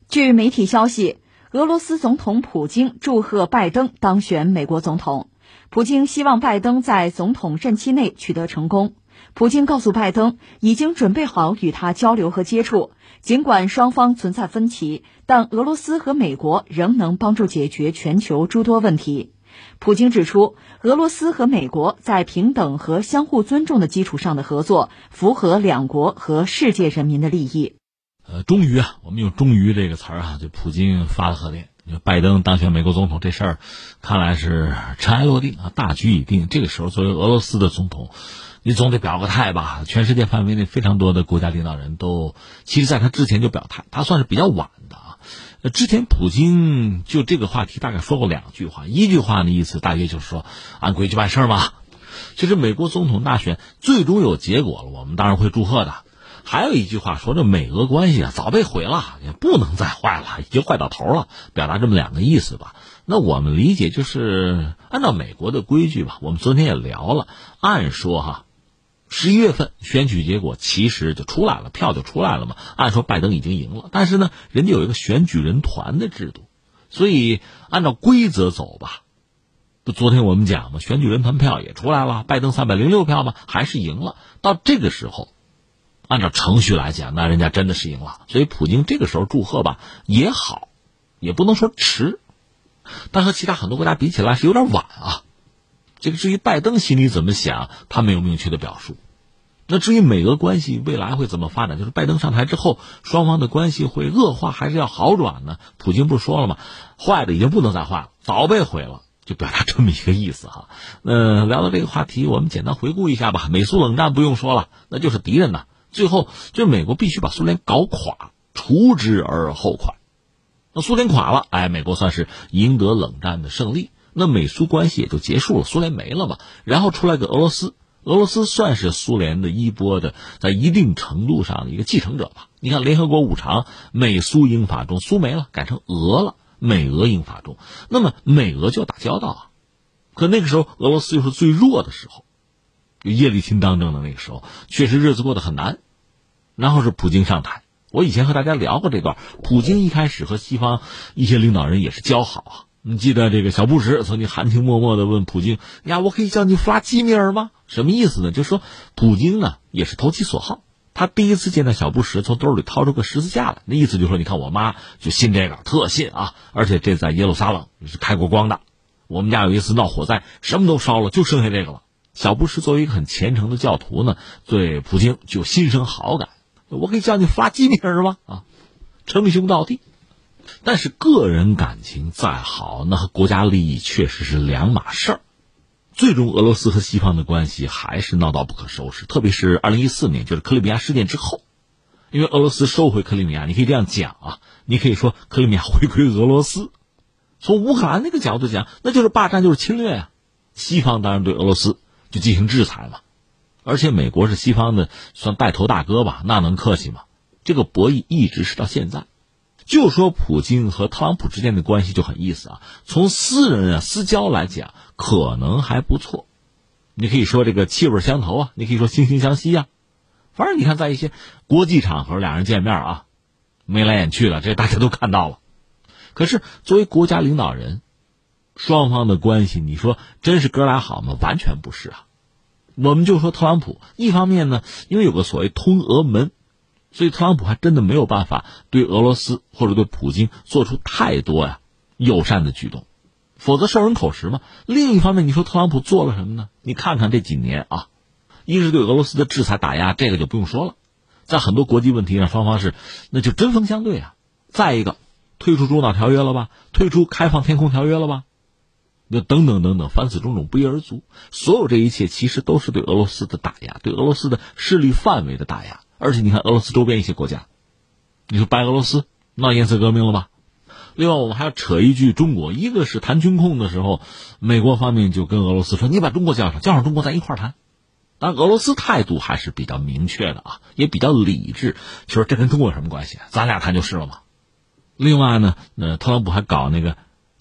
据媒体消息，俄罗斯总统普京祝贺拜登当选美国总统。普京希望拜登在总统任期内取得成功。普京告诉拜登，已经准备好与他交流和接触，尽管双方存在分歧，但俄罗斯和美国仍能帮助解决全球诸多问题。普京指出，俄罗斯和美国在平等和相互尊重的基础上的合作，符合两国和世界人民的利益。 终于我们用终于这个词儿就普京发了贺电，拜登当选美国总统这事儿看来是尘埃落定大局已定。这个时候作为俄罗斯的总统，你总得表个态吧。全世界范围内非常多的国家领导人都其实在他之前就表态，他算是比较晚的之前普京就这个话题大概说过2句话，一句话的意思大约就是说按规矩办事嘛，就是美国总统大选最终有结果了，我们当然会祝贺的。还有一句话说这美俄关系早被毁了，也不能再坏了，已经坏到头了，表达这么2个意思吧。那我们理解就是按照美国的规矩吧，我们昨天也聊了，按说11月份选举结果其实就出来了，票就出来了嘛，按说拜登已经赢了，但是呢人家有一个选举人团的制度，所以按照规则走吧。昨天我们讲嘛，选举人团票也出来了，拜登306票嘛，还是赢了。到这个时候按照程序来讲，那人家真的是赢了，所以普京这个时候祝贺吧也好，也不能说迟，但和其他很多国家比起来是有点晚这个至于拜登心里怎么想，他没有明确的表述。那至于美俄关系未来会怎么发展，就是拜登上台之后双方的关系会恶化还是要好转呢？普京不是说了吗？坏的已经不能再坏了，早被毁了，就表达这么一个意思聊到这个话题，我们简单回顾一下吧。美苏冷战不用说了，那就是敌人最后就是美国必须把苏联搞垮，除之而后快。那苏联垮了，美国算是赢得冷战的胜利，那美苏关系也就结束了，苏联没了嘛。然后出来个俄罗斯，俄罗斯算是苏联的衣钵的在一定程度上的一个继承者吧。你看联合国5常美苏英法中，苏没了，改成俄了，美俄英法中，那么美俄就要打交道可那个时候俄罗斯又是最弱的时候，叶利钦当政的那个时候，确实日子过得很难。然后是普京上台，我以前和大家聊过这段，普京一开始和西方一些领导人也是交好你记得这个小布什曾经含情脉脉地问普京呀，我可以叫你弗拉基米尔吗？什么意思呢？就是说普京也是投其所好，他第一次见到小布什从兜里掏出个十字架来，那意思就是说你看我妈就信这个，特信而且这在耶路撒冷是开过光的，我们家有一次闹火灾，什么都烧了，就剩下这个了。小布什作为一个很虔诚的教徒对普京就心生好感，我可以叫你弗拉基米尔吗？称兄道弟。但是个人感情再好，那和国家利益确实是两码事儿。最终俄罗斯和西方的关系还是闹到不可收拾，特别是2014年就是克里米亚事件之后，因为俄罗斯收回克里米亚，你可以这样讲你可以说克里米亚回归俄罗斯。从乌克兰那个角度讲，那就是霸占，就是侵略西方当然对俄罗斯就进行制裁嘛，而且美国是西方的算带头大哥吧，那能客气吗？这个博弈一直是到现在。就说普京和特朗普之间的关系就很意思从私人私交来讲可能还不错，你可以说这个气味相投你可以说惺惺相惜反正你看在一些国际场合两人见面眉来眼去了，这大家都看到了。可是作为国家领导人，双方的关系你说真是哥俩好吗？完全不是我们就说特朗普，一方面呢因为有个所谓通俄门，所以特朗普还真的没有办法对俄罗斯或者对普京做出太多友善的举动，否则受人口实嘛。另一方面你说特朗普做了什么呢？你看看这几年一是对俄罗斯的制裁打压，这个就不用说了，在很多国际问题上双方是那就针锋相对再一个退出中导条约了吧，退出开放天空条约了吧，那等等等等，凡此种种不一而足。所有这一切其实都是对俄罗斯的打压，对俄罗斯的势力范围的打压。而且你看俄罗斯周边一些国家，你说白俄罗斯闹颜色革命了吧？另外我们还要扯一句中国，一个是谈军控的时候，美国方面就跟俄罗斯说你把中国叫上中国咱一块谈。当然俄罗斯态度还是比较明确的也比较理智，就说这跟中国有什么关系咱俩谈就是了嘛。另外呢特朗普还搞那个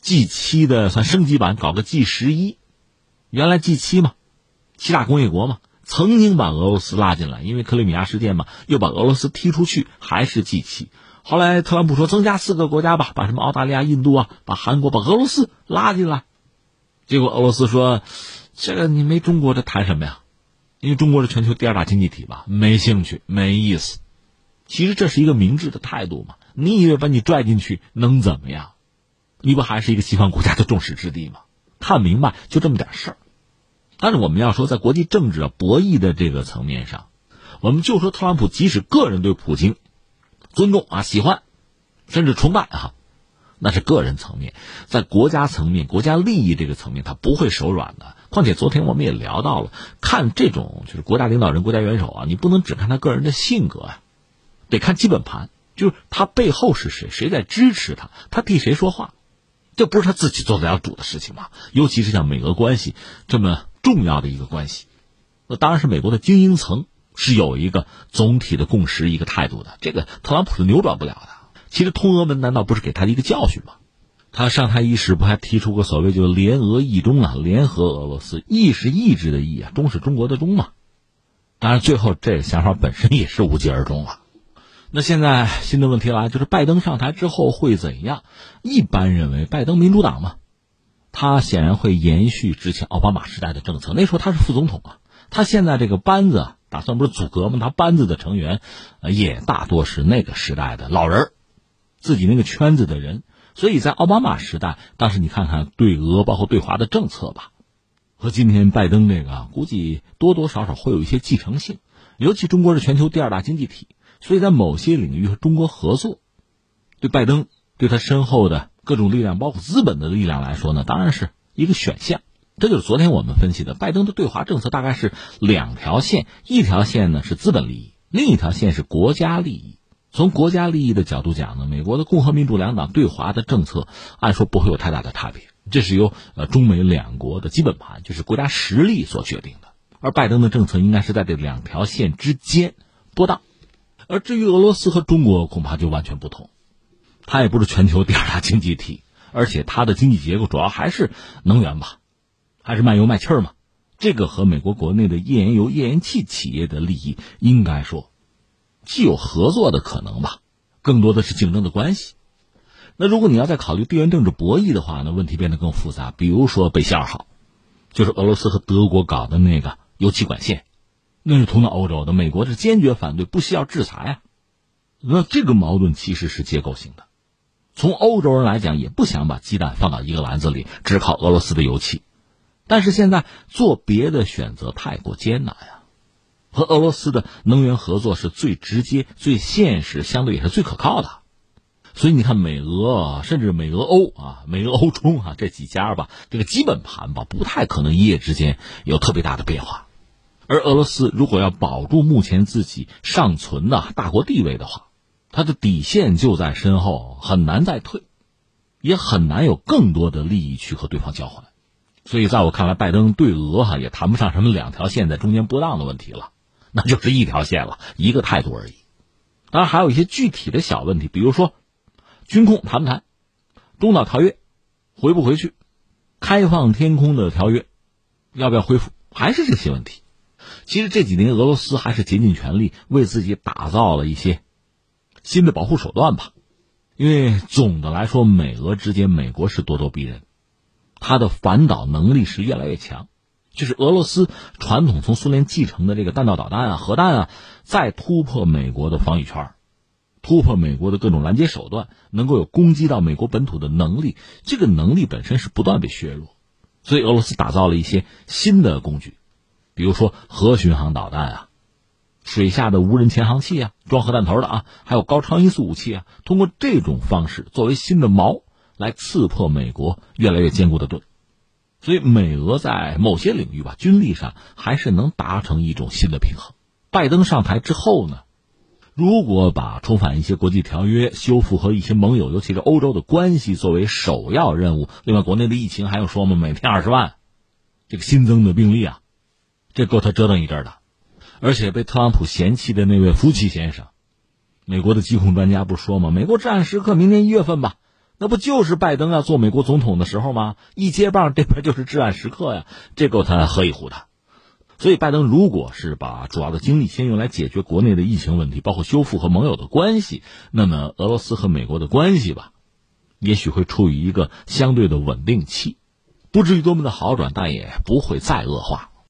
G7 的算升级版，搞个 G11， 原来 G7 嘛7大工业国嘛，曾经把俄罗斯拉进来，因为克里米亚事件嘛，又把俄罗斯踢出去，还是G7。 后来特朗普说增加4个国家吧，把什么澳大利亚、印度啊，把韩国、把俄罗斯拉进来。结果俄罗斯说，这个你没中国这谈什么呀？因为中国是全球第2大经济体吧，没兴趣，没意思。其实这是一个明智的态度嘛，你以为把你拽进去能怎么样？你不还是一个西方国家的众矢之的吗？看明白就这么点事儿。但是我们要说，在国际政治博弈的这个层面上，我们就说特朗普即使个人对普京尊重啊、喜欢，甚至崇拜啊，那是个人层面。在国家层面、国家利益这个层面，他不会手软的。况且昨天我们也聊到了，看这种就是国家领导人、国家元首啊，你不能只看他个人的性格啊，得看基本盘，就是他背后是谁，谁在支持他，他替谁说话。这不是他自己做得了主的事情嘛？尤其是像美俄关系这么重要的一个关系，那当然是美国的精英层是有一个总体的共识、一个态度的，这个特朗普是扭转不了的。其实通俄门难道不是给他的一个教训吗？他上台伊始不还提出过所谓就联俄意中啊，联合俄罗斯，意是意志的意啊，中是中国的中嘛。当然最后这个想法本身也是无疾而终了。那现在新的问题来，就是拜登上台之后会怎样？一般认为拜登民主党嘛，他显然会延续之前奥巴马时代的政策，那时候他是副总统啊，他现在这个班子打算不是组阁吗？他班子的成员也大多是那个时代的老人，自己那个圈子的人，所以在奥巴马时代，当时你看看对俄包括对华的政策吧，和今天拜登这个估计多多少少会有一些继承性。尤其中国是全球第2大经济体，所以在某些领域和中国合作，对拜登对他身后的各种力量包括资本的力量来说呢，当然是一个选项。这就是昨天我们分析的，拜登的对华政策大概是2条线，一条线呢是资本利益，另一条线是国家利益。从国家利益的角度讲呢，美国的共和民主2党对华的政策按说不会有太大的差别，这是由中美2国的基本盘，就是国家实力所决定的。而拜登的政策应该是在这2条线之间波荡。而至于俄罗斯和中国恐怕就完全不同，它也不是全球第2大经济体，而且它的经济结构主要还是能源吧，还是卖油卖气嘛。这个和美国国内的页岩油、页岩气企业的利益应该说既有合作的可能吧，更多的是竞争的关系。那如果你要再考虑地缘政治博弈的话呢，问题变得更复杂。比如说北溪2号，就是俄罗斯和德国搞的那个油气管线，那是通到欧洲的，美国是坚决反对，不惜要制裁啊。那这个矛盾其实是结构性的，从欧洲人来讲也不想把鸡蛋放到一个篮子里，只靠俄罗斯的油气。但是现在做别的选择太过艰难呀，和俄罗斯的能源合作是最直接、最现实，相对也是最可靠的。所以你看美俄甚至美俄欧啊、美俄欧中啊这几家吧，这个基本盘吧不太可能一夜之间有特别大的变化。而俄罗斯如果要保住目前自己尚存的大国地位的话，它的底线就在身后，很难再退，也很难有更多的利益去和对方交换。所以在我看来，拜登对俄也谈不上什么2条线在中间波荡的问题了，那就是1条线了，一个态度而已。当然还有一些具体的小问题，比如说军控谈不谈，中导条约回不回去，开放天空的条约要不要恢复，还是这些问题。其实这几年俄罗斯还是竭尽全力为自己打造了一些新的保护手段吧。因为总的来说，美俄之间美国是咄咄逼人，它的反导能力是越来越强。就是俄罗斯传统从苏联继承的这个弹道导弹啊、核弹啊，再突破美国的防御圈，突破美国的各种拦截手段，能够有攻击到美国本土的能力，这个能力本身是不断被削弱。所以俄罗斯打造了一些新的工具，比如说核巡航导弹啊、水下的无人潜航器啊、装核弹头的啊，还有高超音速武器啊，通过这种方式作为新的矛来刺破美国越来越坚固的盾。所以美俄在某些领域吧，军力上还是能达成一种新的平衡。拜登上台之后呢，如果把重返一些国际条约、修复和一些盟友，尤其是欧洲的关系作为首要任务，另外国内的疫情还用说吗？每天20万这个新增的病例啊，这够他折腾一阵的。而且被特朗普嫌弃的那位福奇先生，美国的疾控专家不是说吗？美国至暗时刻明年1月份吧，那不就是拜登要做美国总统的时候吗？一接棒这边就是至暗时刻呀，这够他喝一壶的。 所以拜登如果是把主要的精力先用来解决国内的疫情问题，包括修复和盟友的关系，那么俄罗斯和美国的关系吧，也许会处于一个相对的稳定期，不至于多么的好转，但也不会再恶化。